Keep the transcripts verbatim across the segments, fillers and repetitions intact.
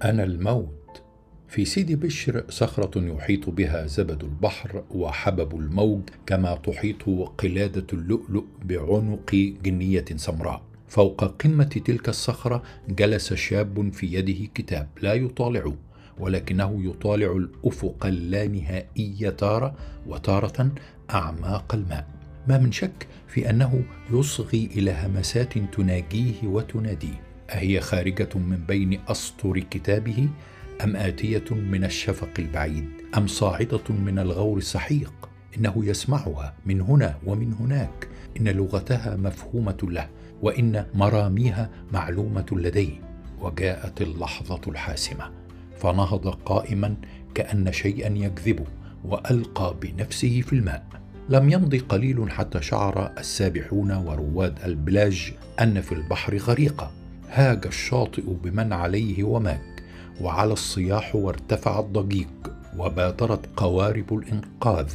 أنا الموت. في سيدي بشر صخرة يحيط بها زبد البحر وحبب الموج، كما تحيط قلادة اللؤلؤ بعنق جنية سمراء. فوق قمة تلك الصخرة جلس شاب في يده كتاب لا يطالعه، ولكنه يطالع الأفق اللانهائي تارة، وتارة أعماق الماء. ما من شك في أنه يصغي إلى همسات تناجيه وتناديه. أهي خارجة من بين أسطر كتابه، أم آتية من الشفق البعيد، أم صاعدة من الغور السحيق؟ إنه يسمعها من هنا ومن هناك، إن لغتها مفهومة له، وإن مراميها معلومة لديه. وجاءت اللحظة الحاسمة، فنهض قائما كأن شيئا يجذبه، وألقى بنفسه في الماء. لم يمض قليل حتى شعر السابحون ورواد البلاج أن في البحر غريقة. هاج الشاطئ بمن عليه وماج، وعلى الصياح وارتفع الضجيج، وبادرت قوارب الإنقاذ،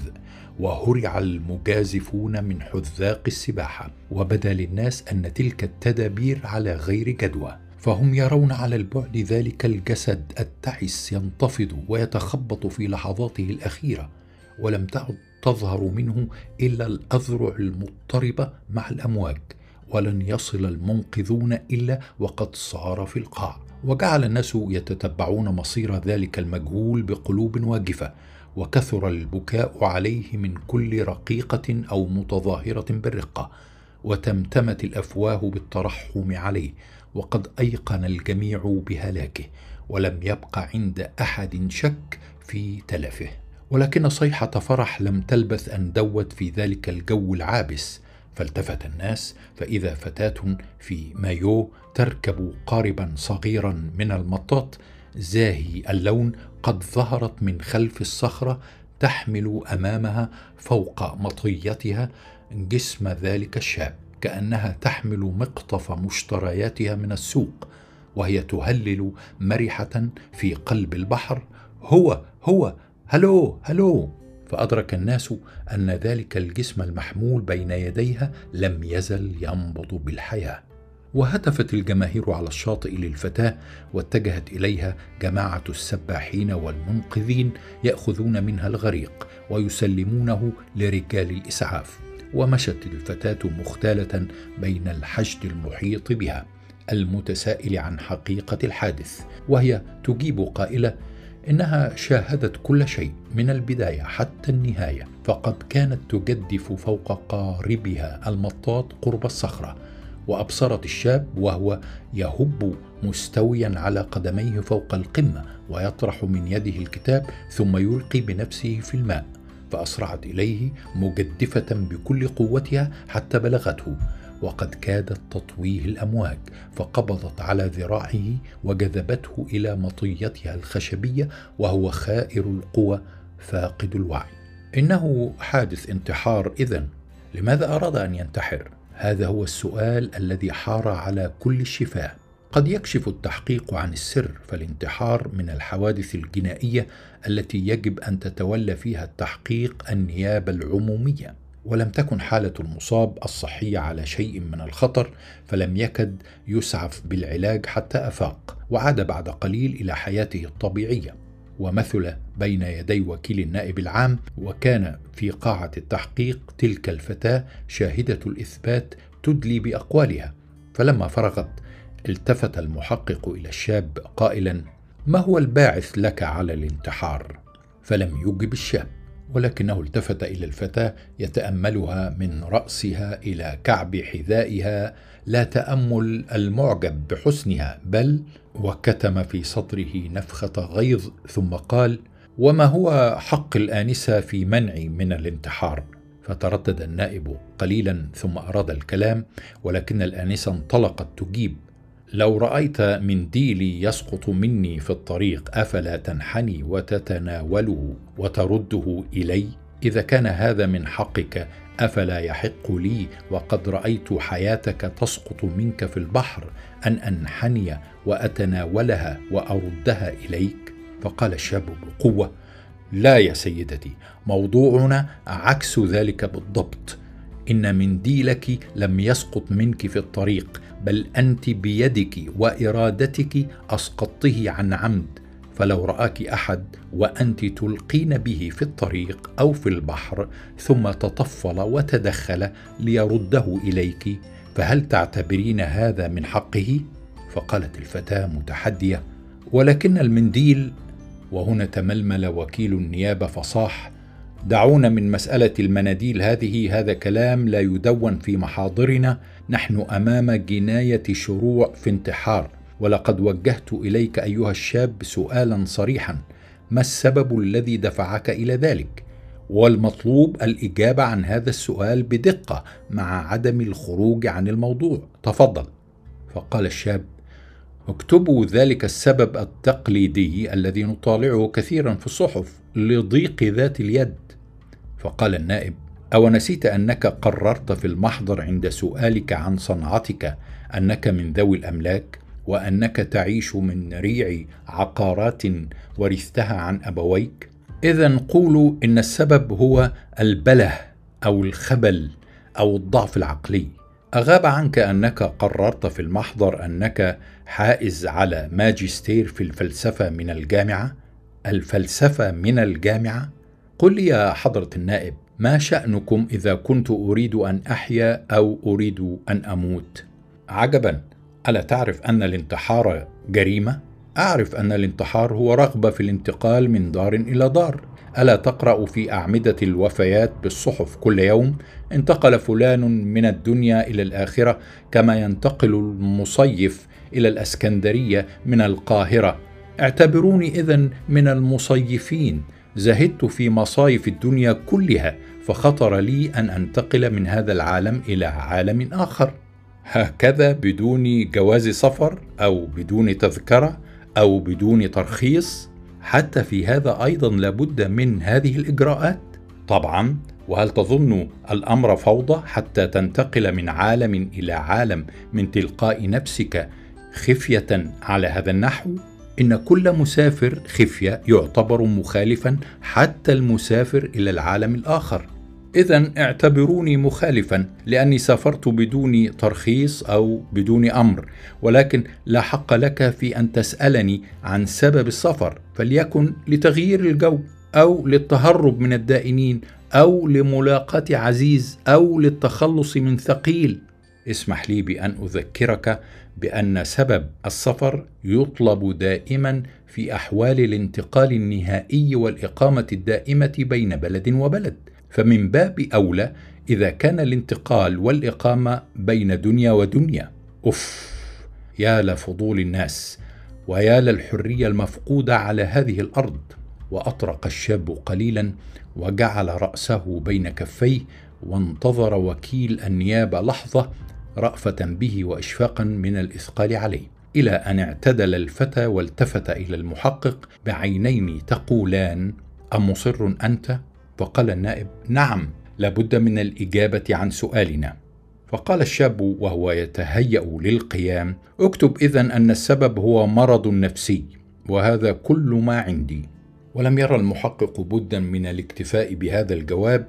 وهرع المجازفون من حذاق السباحة. وبدا للناس أن تلك التدابير على غير جدوى، فهم يرون على البعد ذلك الجسد التعس ينتفض ويتخبط في لحظاته الأخيرة، ولم تعد تظهر منه إلا الأذرع المضطربة مع الأمواج. ولن يصل المنقذون إلا وقد صار في القاع. وجعل الناس يتتبعون مصير ذلك المجهول بقلوب واجفة، وكثر البكاء عليه من كل رقيقة أو متظاهرة بالرقة، وتمتمت الأفواه بالترحم عليه، وقد أيقن الجميع بهلاكه، ولم يبق عند أحد شك في تلفه. ولكن صيحة فرح لم تلبث أن دوت في ذلك الجو العابس، فالتفت الناس فإذا فتاة في مايو تركب قاربا صغيرا من المطاط زاهي اللون قد ظهرت من خلف الصخرة، تحمل أمامها فوق مطيتها جسم ذلك الشاب، كأنها تحمل مقطف مشترياتها من السوق، وهي تهلل مرحة في قلب البحر: هو هو هلو هلو. فأدرك الناس أن ذلك الجسم المحمول بين يديها لم يزل ينبض بالحياة. وهتفت الجماهير على الشاطئ للفتاة، واتجهت إليها جماعة السباحين والمنقذين يأخذون منها الغريق ويسلمونه لرجال الإسعاف. ومشت الفتاة مختالة بين الحشد المحيط بها المتسائل عن حقيقة الحادث، وهي تجيب قائلة إنها شاهدت كل شيء من البداية حتى النهاية، فقد كانت تجدف فوق قاربها المطاط قرب الصخرة، وأبصرت الشاب وهو يهب مستويا على قدميه فوق القمة، ويطرح من يده الكتاب ثم يلقي بنفسه في الماء، فأسرعت إليه مجدفة بكل قوتها حتى بلغته، وقد كادت تطويه الأمواج، فقبضت على ذراعه وجذبته إلى مطيتها الخشبية وهو خائر القوى فاقد الوعي. إنه حادث انتحار إذن. لماذا أراد أن ينتحر؟ هذا هو السؤال الذي حار على كل الشفاه. قد يكشف التحقيق عن السر، فالانتحار من الحوادث الجنائية التي يجب أن تتولى فيها التحقيق النيابة العمومية. ولم تكن حالة المصاب الصحية على شيء من الخطر، فلم يكد يسعف بالعلاج حتى أفاق، وعاد بعد قليل إلى حياته الطبيعية. ومثل بين يدي وكيل النائب العام، وكان في قاعة التحقيق تلك الفتاة شاهدة الإثبات تدلي بأقوالها. فلما فرغت التفت المحقق إلى الشاب قائلا: ما هو الباعث لك على الانتحار؟ فلم يجب الشاب، ولكنه التفت إلى الفتاة يتأملها من رأسها إلى كعب حذائها، لا تأمل المعجب بحسنها بل، وكتم في صدره نفخة غيظ، ثم قال: وما هو حق الآنسة في منعي من الانتحار؟ فتردد النائب قليلا ثم أراد الكلام، ولكن الآنسة انطلقت تجيب: لو رأيت منديلي يسقط مني في الطريق أفلا تنحني وتتناوله وترده إلي؟ إذا كان هذا من حقك أفلا يحق لي وقد رأيت حياتك تسقط منك في البحر أن أنحني وأتناولها وأردها إليك؟ فقال الشاب بقوة: لا يا سيدتي، موضوعنا عكس ذلك بالضبط. إن منديلك لم يسقط منك في الطريق، بل أنت بيدك وإرادتك أسقطته عن عمد، فلو رآك أحد وأنت تلقين به في الطريق أو في البحر ثم تطفل وتدخل ليرده إليك، فهل تعتبرين هذا من حقه؟ فقالت الفتاة متحدية: ولكن المنديل. وهنا تململ وكيل النيابة فصاح: دعونا من مسألة المناديل هذه، هذا كلام لا يدون في محاضرنا، نحن أمام جناية شروع في انتحار، ولقد وجهت إليك أيها الشاب سؤالا صريحا: ما السبب الذي دفعك إلى ذلك؟ والمطلوب الإجابة عن هذا السؤال بدقة مع عدم الخروج عن الموضوع، تفضل. فقال الشاب: اكتبوا ذلك السبب التقليدي الذي نطالعه كثيرا في الصحف لضيق ذات اليد. فقال النائب: أو نسيت أنك قررت في المحضر عند سؤالك عن صنعتك أنك من ذوي الأملاك، وأنك تعيش من ريع عقارات ورثتها عن أبويك؟ إذن قولوا إن السبب هو البله أو الخبل أو الضعف العقلي. أغاب عنك أنك قررت في المحضر أنك حائز على ماجستير في الفلسفة من الجامعة؟ الفلسفة من الجامعة؟ قل لي يا حضرة النائب، ما شأنكم إذا كنت أريد أن أحيا أو أريد أن أموت؟ عجبا، ألا تعرف أن الانتحار جريمة؟ أعرف أن الانتحار هو رغبة في الانتقال من دار إلى دار. ألا تقرأ في أعمدة الوفيات بالصحف كل يوم: انتقل فلان من الدنيا إلى الآخرة، كما ينتقل المصيف إلى الأسكندرية من القاهرة؟ اعتبروني إذن من المصيفين، زهدت في مصايف الدنيا كلها، فخطر لي أن أنتقل من هذا العالم إلى عالم آخر، هكذا بدون جواز سفر أو بدون تذكرة أو بدون ترخيص. حتى في هذا أيضا لابد من هذه الإجراءات. طبعا، وهل تظن الأمر فوضى حتى تنتقل من عالم إلى عالم من تلقاء نفسك خفية على هذا النحو؟ إن كل مسافر خفية يعتبر مخالفا، حتى المسافر إلى العالم الآخر. إذن اعتبروني مخالفا لأني سافرت بدون ترخيص أو بدون أمر، ولكن لا حق لك في أن تسألني عن سبب السفر، فليكن لتغيير الجو أو للتهرب من الدائنين أو لملاقاة عزيز أو للتخلص من ثقيل. اسمح لي بأن أذكرك بأن سبب السفر يطلب دائما في أحوال الانتقال النهائي والإقامة الدائمة بين بلد وبلد، فمن باب أولى إذا كان الانتقال والإقامة بين دنيا ودنيا. أف، يا لفضول الناس، ويا للحرية المفقودة على هذه الأرض. وأطرق الشاب قليلا وجعل رأسه بين كفيه، وانتظر وكيل النيابة لحظة رأفة به وإشفاقا من الإثقال عليه، إلى أن اعتدل الفتى والتفت إلى المحقق بعينين تقولان: أمصر أنت؟ فقال النائب: نعم، لابد من الإجابة عن سؤالنا. فقال الشاب وهو يتهيأ للقيام: اكتب إذن أن السبب هو مرض نفسي، وهذا كل ما عندي. ولم يرى المحقق بدا من الاكتفاء بهذا الجواب،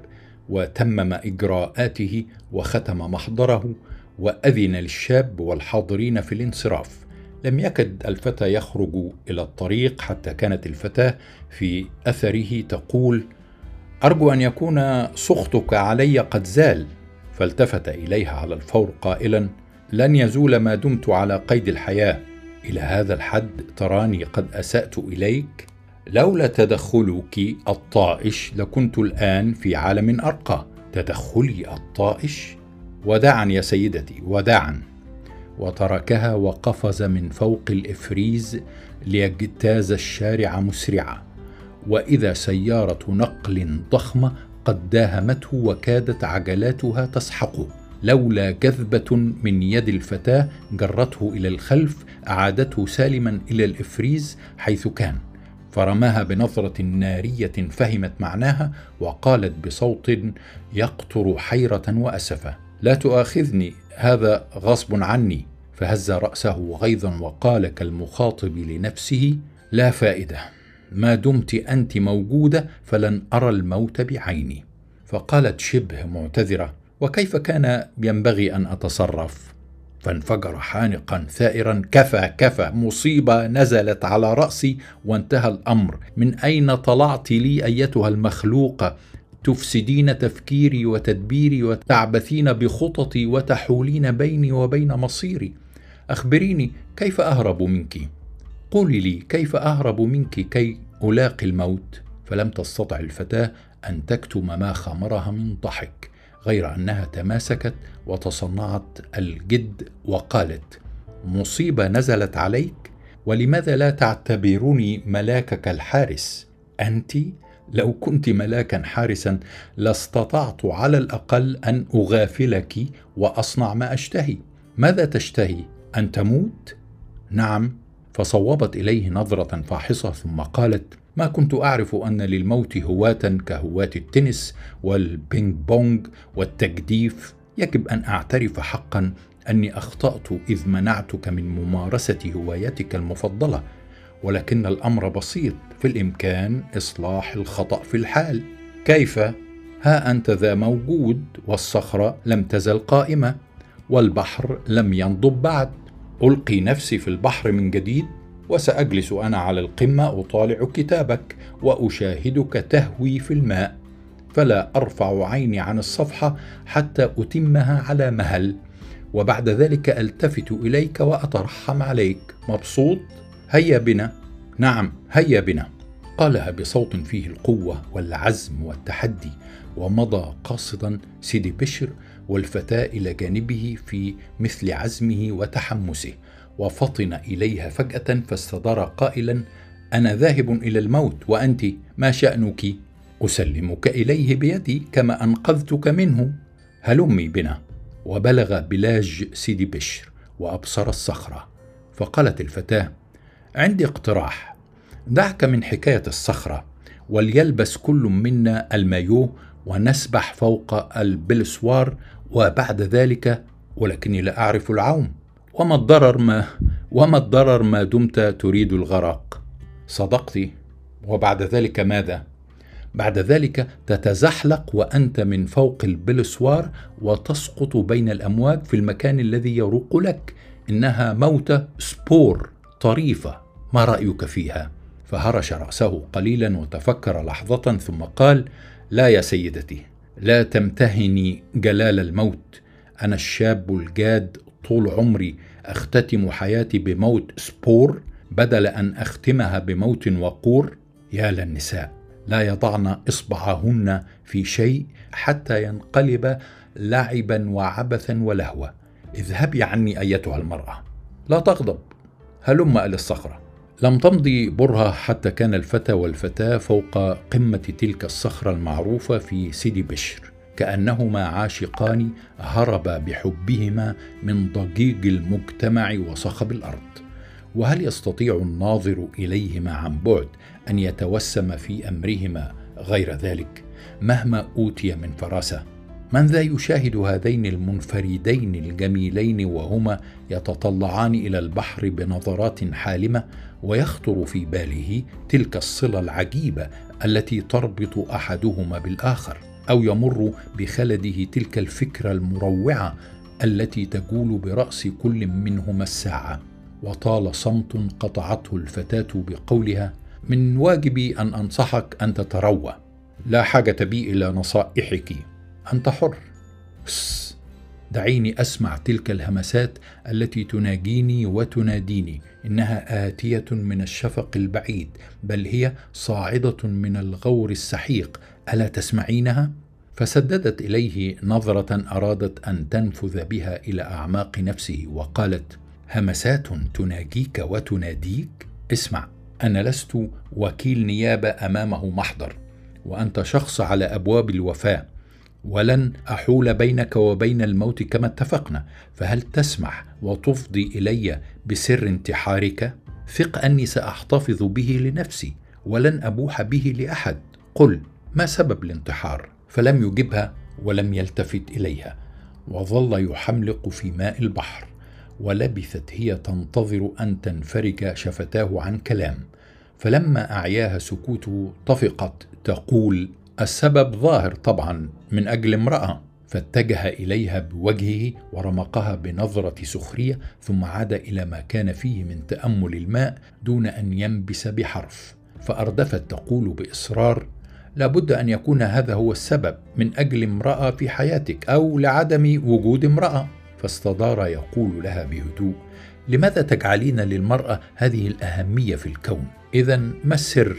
وتمم إجراءاته وختم محضره، وأذن للشاب والحاضرين في الانصراف. لم يكد الفتى يخرج إلى الطريق حتى كانت الفتاة في أثره تقول: أرجو أن يكون سخطك علي قد زال. فالتفت إليها على الفور قائلا: لن يزول ما دمت على قيد الحياة. إلى هذا الحد تراني قد أسأت إليك؟ لولا تدخلك الطائش لكنت الآن في عالم أرقى. تدخلي الطائش؟ وداعا يا سيدتي، وداعا. وتركها وقفز من فوق الإفريز ليجتاز الشارع مسرعا، وإذا سيارة نقل ضخمة قد داهمته وكادت عجلاتها تسحقه، لولا جذبة من يد الفتاة جرته إلى الخلف أعادته سالما إلى الإفريز حيث كان، فرماها بنظرة نارية فهمت معناها، وقالت بصوت يقطر حيرة وأسفة: لا تؤاخذني، هذا غصب عني. فهز رأسه غيظا وقال كالمخاطب لنفسه: لا فائدة، ما دمت أنت موجودة فلن أرى الموت بعيني. فقالت شبه معتذرة: وكيف كان ينبغي أن أتصرف؟ فانفجر حانقا ثائرا: كفى كفى، مصيبة نزلت على رأسي وانتهى الأمر. من أين طلعت لي أيتها المخلوقة؟ تفسدين تفكيري وتدبيري وتعبثين بخططي وتحولين بيني وبين مصيري. أخبريني كيف أهرب منك؟ قولي لي كيف أهرب منك كي ألاقي الموت؟ فلم تستطع الفتاة أن تكتم ما خمرها من ضحك، غير أنها تماسكت وتصنعت الجد وقالت: مصيبة نزلت عليك؟ ولماذا لا تعتبرني ملاكك الحارس؟ أنت لو كنت ملاكا حارسا لاستطعت على الأقل أن أغافلك وأصنع ما أشتهي. ماذا تشتهي؟ أن تموت؟ نعم. فصوبت إليه نظرة فاحصة ثم قالت: ما كنت أعرف أن للموت هواة كهواة التنس والبينج بونج والتجديف. يجب أن أعترف حقا أني أخطأت إذ منعتك من ممارسة هوايتك المفضلة، ولكن الأمر بسيط، في الإمكان إصلاح الخطأ في الحال. كيف؟ ها أنت ذا موجود، والصخرة لم تزل قائمة، والبحر لم ينضب بعد. ألقي نفسي في البحر من جديد، وسأجلس أنا على القمة أطالع كتابك وأشاهدك تهوي في الماء، فلا أرفع عيني عن الصفحة حتى أتمها على مهل، وبعد ذلك ألتفت إليك وأترحم عليك. مبسوط؟ هيا بنا. نعم، هيا بنا. قالها بصوت فيه القوة والعزم والتحدي، ومضى قاصدا سيدي بشر والفتاة إلى جانبه في مثل عزمه وتحمسه، وفطن إليها فجأة فاستدار قائلا: أنا ذاهب إلى الموت، وأنت ما شأنك؟ أسلمك إليه بيدي كما أنقذتك منه. هلمي بنا. وبلغ بلاج سيدي بشر وأبصر الصخرة، فقالت الفتاة: عندي اقتراح، دعك من حكاية الصخرة، وليلبس كل منا المايوه ونسبح فوق البلسوار، وبعد ذلك ولكني لا أعرف العوم. وما الضرر ما وما الضرر ما دمت تريد الغرق. صدقت. وبعد ذلك ماذا؟ بعد ذلك تتزحلق وأنت من فوق البلسوار وتسقط بين الأمواج في المكان الذي يروق لك. إنها موتة سبور طريفة، ما رأيك فيها؟ فهرش رأسه قليلا وتفكر لحظة ثم قال: لا يا سيدتي، لا تمتهني جلال الموت. أنا الشاب الجاد طول عمري أختتم حياتي بموت سبور بدل أن أختمها بموت وقور. يا للنساء، لا يضعن إصبعهن في شيء حتى ينقلب لعبا وعبثا ولهوة. اذهبي عني أيتها المرأة، لا تغضب. هلم إلى الصخرة. لم تمضي برهة حتى كان الفتى والفتاة فوق قمة تلك الصخرة المعروفة في سيدي بشر، كأنهما عاشقان هربا بحبهما من ضجيج المجتمع وصخب الأرض. وهل يستطيع الناظر إليهما عن بعد أن يتوسم في أمرهما غير ذلك مهما أوتي من فراسة؟ من ذا يشاهد هذين المنفردين الجميلين وهما يتطلعان إلى البحر بنظرات حالمة، ويخطر في باله تلك الصلة العجيبة التي تربط أحدهما بالآخر، أو يمر بخلده تلك الفكرة المروعة التي تجول برأس كل منهما الساعة. وطال صمت قطعته الفتاة بقولها: من واجبي أن أنصحك أن تتروى، لا حاجة بي إلى نصائحك، أنت حر. بس دعيني أسمع تلك الهمسات التي تناجيني وتناديني، إنها آتية من الشفق البعيد، بل هي صاعدة من الغور السحيق، ألا تسمعينها؟ فسددت إليه نظرة أرادت أن تنفذ بها إلى أعماق نفسه، وقالت: همسات تناجيك وتناديك؟ اسمع، أنا لست وكيل نيابة أمامه محضر، وأنت شخص على أبواب الوفاة، ولن أحول بينك وبين الموت كما اتفقنا، فهل تسمح وتفضي إلي بسر انتحارك؟ ثق أني سأحتفظ به لنفسي ولن أبوح به لأحد. قل، ما سبب الانتحار؟ فلم يجبها ولم يلتفت إليها، وظل يحملق في ماء البحر، ولبثت هي تنتظر أن تنفرج شفتاه عن كلام. فلما أعياها سكوته طفقت تقول: السبب ظاهر طبعا، من أجل امرأة. فاتجه إليها بوجهه ورمقها بنظرة سخرية، ثم عاد إلى ما كان فيه من تأمل الماء دون أن ينبس بحرف. فأردفت تقول بإصرار: لابد أن يكون هذا هو السبب، من أجل امرأة في حياتك أو لعدم وجود امرأة. فاستدار يقول لها بهدوء: لماذا تجعلين للمرأة هذه الأهمية في الكون؟ إذن ما السر؟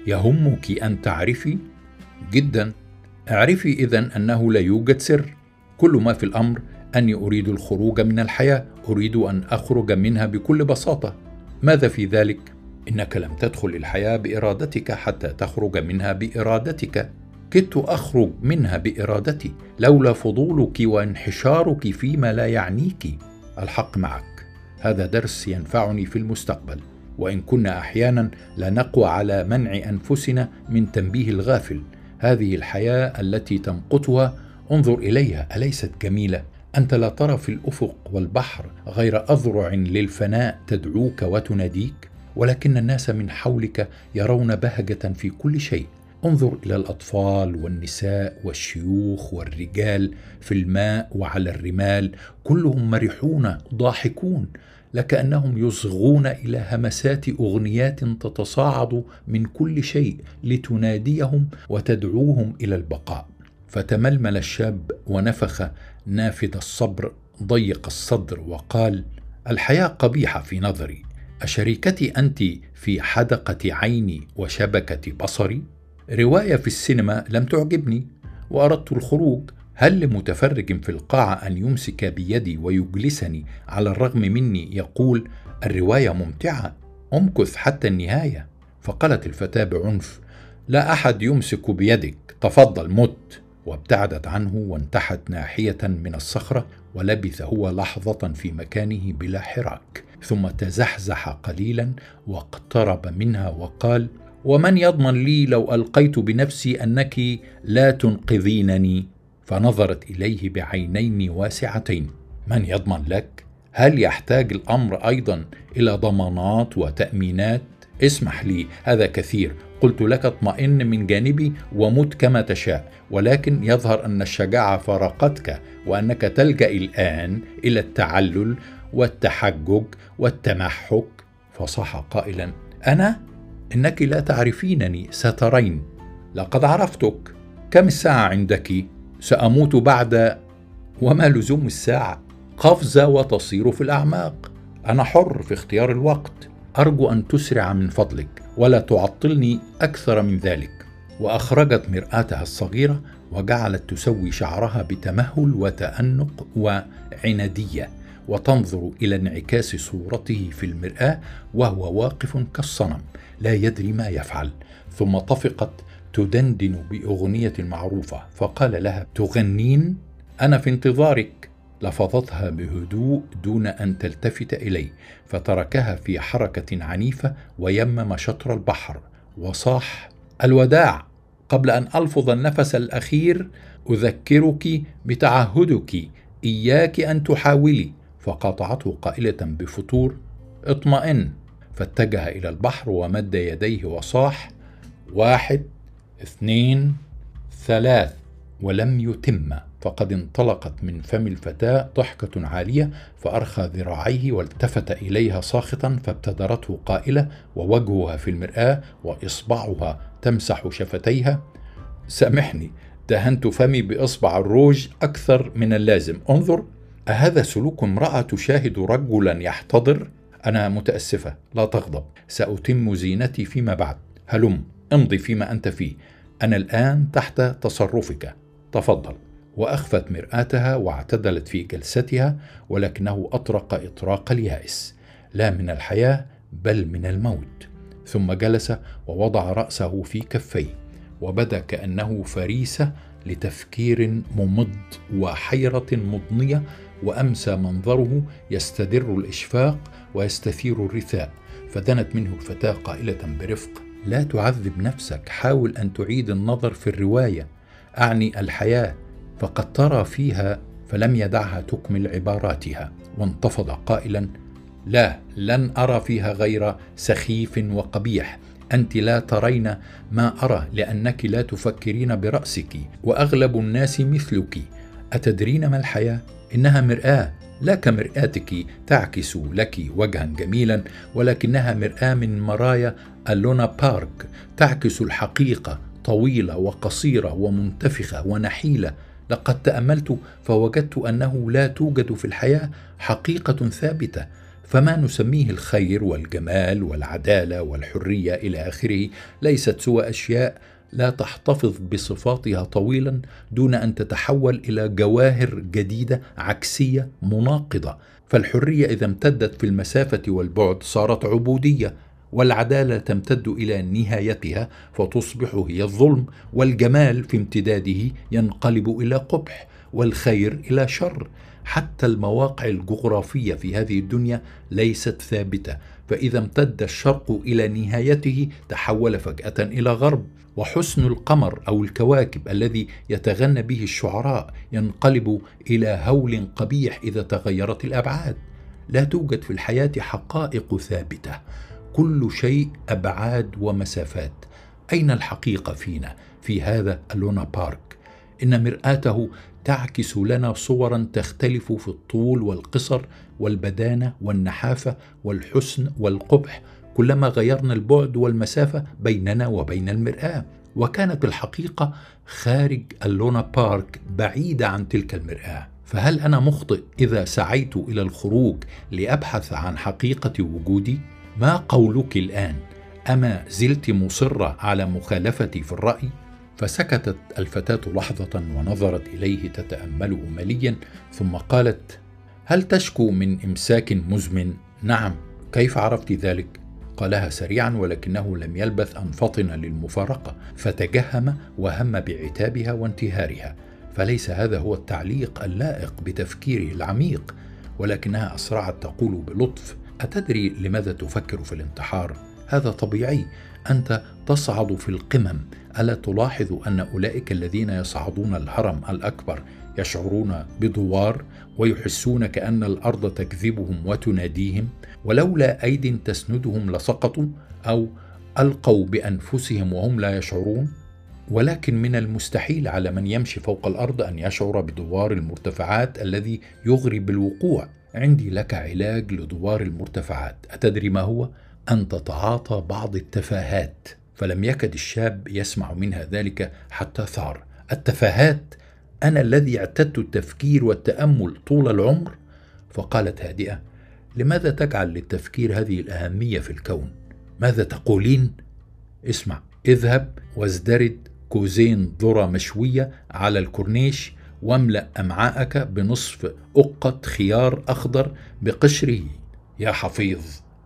يهمك أن تعرفي؟ جدا. اعرفي إذن أنه لا يوجد سر. كل ما في الأمر أني أريد الخروج من الحياة، أريد أن أخرج منها بكل بساطة. ماذا في ذلك؟ إنك لم تدخل الحياة بإرادتك حتى تخرج منها بإرادتك. كدت أخرج منها بإرادتي لولا فضولك وانحشارك فيما لا يعنيك. الحق معك، هذا درس ينفعني في المستقبل، وإن كنا أحيانا لا نقوى على منع أنفسنا من تنبيه الغافل. هذه الحياة التي تمقتها انظر إليها، أليست جميلة؟ أنت لا ترى في الأفق والبحر غير أذرع للفناء تدعوك وتناديك، ولكن الناس من حولك يرون بهجة في كل شيء. انظر إلى الأطفال والنساء والشيوخ والرجال في الماء وعلى الرمال، كلهم مرحون ضاحكون، لكأنهم يصغون إلى همسات أغنيات تتصاعد من كل شيء لتناديهم وتدعوهم إلى البقاء. فتململ الشاب ونفخ نافذ الصبر ضيق الصدر وقال: الحياة قبيحة في نظري، أشريكتي أنت في حدقة عيني وشبكة بصري؟ رواية في السينما لم تعجبني وأردت الخروج. هل لمتفرج في القاعة أن يمسك بيدي ويجلسني على الرغم مني يقول: الرواية ممتعة، أمكث حتى النهاية؟ فقالت الفتاة بعنف: لا أحد يمسك بيدك، تفضل مت. وابتعدت عنه وانتحت ناحية من الصخرة، ولبث هو لحظة في مكانه بلا حراك، ثم تزحزح قليلا واقترب منها وقال: ومن يضمن لي لو ألقيت بنفسي أنك لا تنقذينني؟ فنظرت إليه بعينين واسعتين: من يضمن لك؟ هل يحتاج الأمر أيضا إلى ضمانات وتأمينات؟ اسمح لي، هذا كثير. قلت لك اطمئن من جانبي ومت كما تشاء، ولكن يظهر أن الشجاعة فارقتك، وأنك تلجأ الآن إلى التعلل والتحجج والتمحك. فصاح قائلا: أنا؟ إنك لا تعرفينني، سترين. لقد عرفتك. كم الساعة عندك؟ سأموت بعد. وما لزوم الساعة؟ قفزة وتصير في الأعماق. أنا حر في اختيار الوقت. أرجو أن تسرع من فضلك ولا تعطلني أكثر من ذلك. وأخرجت مرآتها الصغيرة وجعلت تسوي شعرها بتمهل وتأنق وعنادية، وتنظر إلى انعكاس صورته في المرآة وهو واقف كالصنم لا يدري ما يفعل. ثم طفقت تدندن بأغنية معروفة، فقال لها: تغنين؟ أنا في انتظارك. لفظتها بهدوء دون أن تلتفت إليه، فتركها في حركة عنيفة ويمم شطر البحر وصاح: الوداع. قبل أن ألفظ النفس الأخير أذكرك بتعهدك، إياك أن تحاولي. فقاطعته قائلة بفتور: اطمئن. فاتجه إلى البحر ومد يديه وصاح: واحد، اثنين، ثلاث. ولم يتم، فقد انطلقت من فم الفتاة ضحكة عالية، فأرخى ذراعيه والتفت إليها ساخطا، فابتدرته قائلة ووجهها في المرآة وإصبعها تمسح شفتيها: سامحني، دهنت فمي بإصبع الروج أكثر من اللازم. انظر، أهذا سلوك امرأة تشاهد رجلا يحتضر؟ أنا متأسفة، لا تغضب، سأتم زينتي فيما بعد. هلم، امضي فيما أنت فيه، أنا الآن تحت تصرفك، تفضل. وأخفت مرآتها واعتدلت في جلستها، ولكنه أطرق إطراق اليائس، لا من الحياة بل من الموت. ثم جلس ووضع رأسه في كفيه، وبدا كأنه فريسة لتفكير ممض وحيرة مضنية، وأمسى منظره يستدر الإشفاق ويستثير الرثاء. فدنت منه الفتاة قائلة برفق: لا تعذب نفسك، حاول أن تعيد النظر في الرواية، أعني الحياة، فقد ترى فيها. فلم يدعها تكمل عباراتها، وانتفض قائلا: لا، لن أرى فيها غير سخيف وقبيح. أنت لا ترين ما أرى لأنك لا تفكرين برأسك، وأغلب الناس مثلك. أتدرين ما الحياة؟ إنها مرآة، لا كمرآتك تعكس لك وجها جميلا، ولكنها مرآة من مرايا اللونا بارك، تعكس الحقيقة، طويلة وقصيرة ومنتفخة ونحيلة. لقد تأملت فوجدت أنه لا توجد في الحياة حقيقة ثابتة، فما نسميه الخير والجمال والعدالة والحرية إلى آخره ليست سوى أشياء لا تحتفظ بصفاتها طويلا دون أن تتحول إلى جواهر جديدة عكسية مناقضة. فالحرية إذا امتدت في المسافة والبعد صارت عبودية، والعدالة تمتد إلى نهايتها فتصبح هي الظلم، والجمال في امتداده ينقلب إلى قبح، والخير إلى شر. حتى المواقع الجغرافية في هذه الدنيا ليست ثابتة، فإذا امتد الشرق إلى نهايته تحول فجأة إلى غرب، وحسن القمر أو الكواكب الذي يتغنى به الشعراء ينقلب إلى هول قبيح إذا تغيرت الأبعاد. لا توجد في الحياة حقائق ثابتة، كل شيء أبعاد ومسافات. أين الحقيقة فينا في هذا اللونا بارك؟ إن مرآته تعكس لنا صورا تختلف في الطول والقصر والبدانة والنحافة والحسن والقبح كلما غيرنا البعد والمسافة بيننا وبين المرآة. وكانت الحقيقة خارج اللونا بارك بعيدة عن تلك المرآة. فهل أنا مخطئ إذا سعيت إلى الخروج لأبحث عن حقيقة وجودي؟ ما قولك الآن؟ أما زلت مصرة على مخالفتي في الرأي؟ فسكتت الفتاة لحظة ونظرت إليه تتأمله مليا، ثم قالت: هل تشكو من إمساك مزمن؟ نعم. كيف عرفت ذلك؟ قالها سريعا ولكنه لم يلبث أن فطن للمفارقة، فتجهم وهم بعتابها وانتهارها. فليس هذا هو التعليق اللائق بتفكيره العميق، ولكنها أسرعت تقول بلطف: أتدري لماذا تفكر في الانتحار؟ هذا طبيعي، أنت تصعد في القمم. ألا تلاحظ أن أولئك الذين يصعدون الهرم الأكبر يشعرون بدوار ويحسون كأن الأرض تكذبهم وتناديهم؟ ولولا أيد تسندهم لسقطوا أو ألقوا بأنفسهم وهم لا يشعرون. ولكن من المستحيل على من يمشي فوق الأرض أن يشعر بدوار المرتفعات الذي يغري بالوقوع. عندي لك علاج لدوار المرتفعات، أتدري ما هو؟ أن تتعاطى بعض التفاهات. فلم يكد الشاب يسمع منها ذلك حتى ثار. التفاهات؟ أنا الذي اعتدت التفكير والتأمل طول العمر. فقالت هادئة: لماذا تجعل للتفكير هذه الأهمية في الكون؟ ماذا تقولين؟ اسمع، اذهب وازدرد كوزين ذرة مشوية على الكورنيش، واملأ أمعاءك بنصف أقة خيار أخضر بقشره يا حفيظ،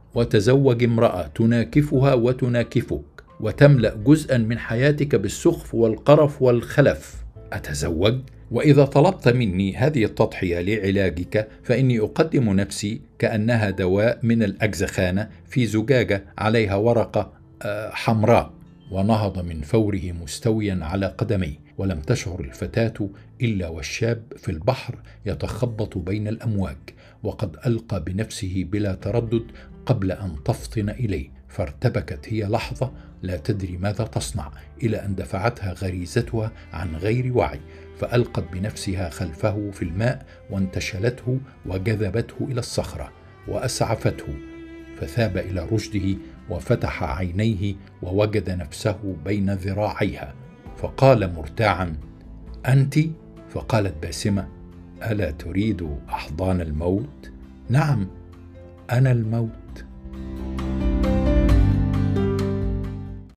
وتزوج امرأة تناكفها وتناكفك، وتملأ جزءا من حياتك بالسخف والقرف والخلف. أتزوج؟ وإذا طلبت مني هذه التضحية لعلاجك فإني أقدم نفسي كأنها دواء من الأجزخانة في زجاجة عليها ورقة حمراء. ونهض من فوره مستويا على قدميه، ولم تشعر الفتاة إلا والشاب في البحر يتخبط بين الأمواج، وقد ألقى بنفسه بلا تردد قبل أن تفطن إليه. فارتبكت هي لحظة لا تدري ماذا تصنع، إلى أن دفعتها غريزتها عن غير وعي، فألقت بنفسها خلفه في الماء وانتشلته وجذبته إلى الصخرة وأسعفته، فثاب إلى رشده وفتح عينيه ووجد نفسه بين ذراعيها، فقال مرتاعا: أنت؟ فقالت باسمة: ألا تريد أحضان الموت؟ نعم، أنا الموت.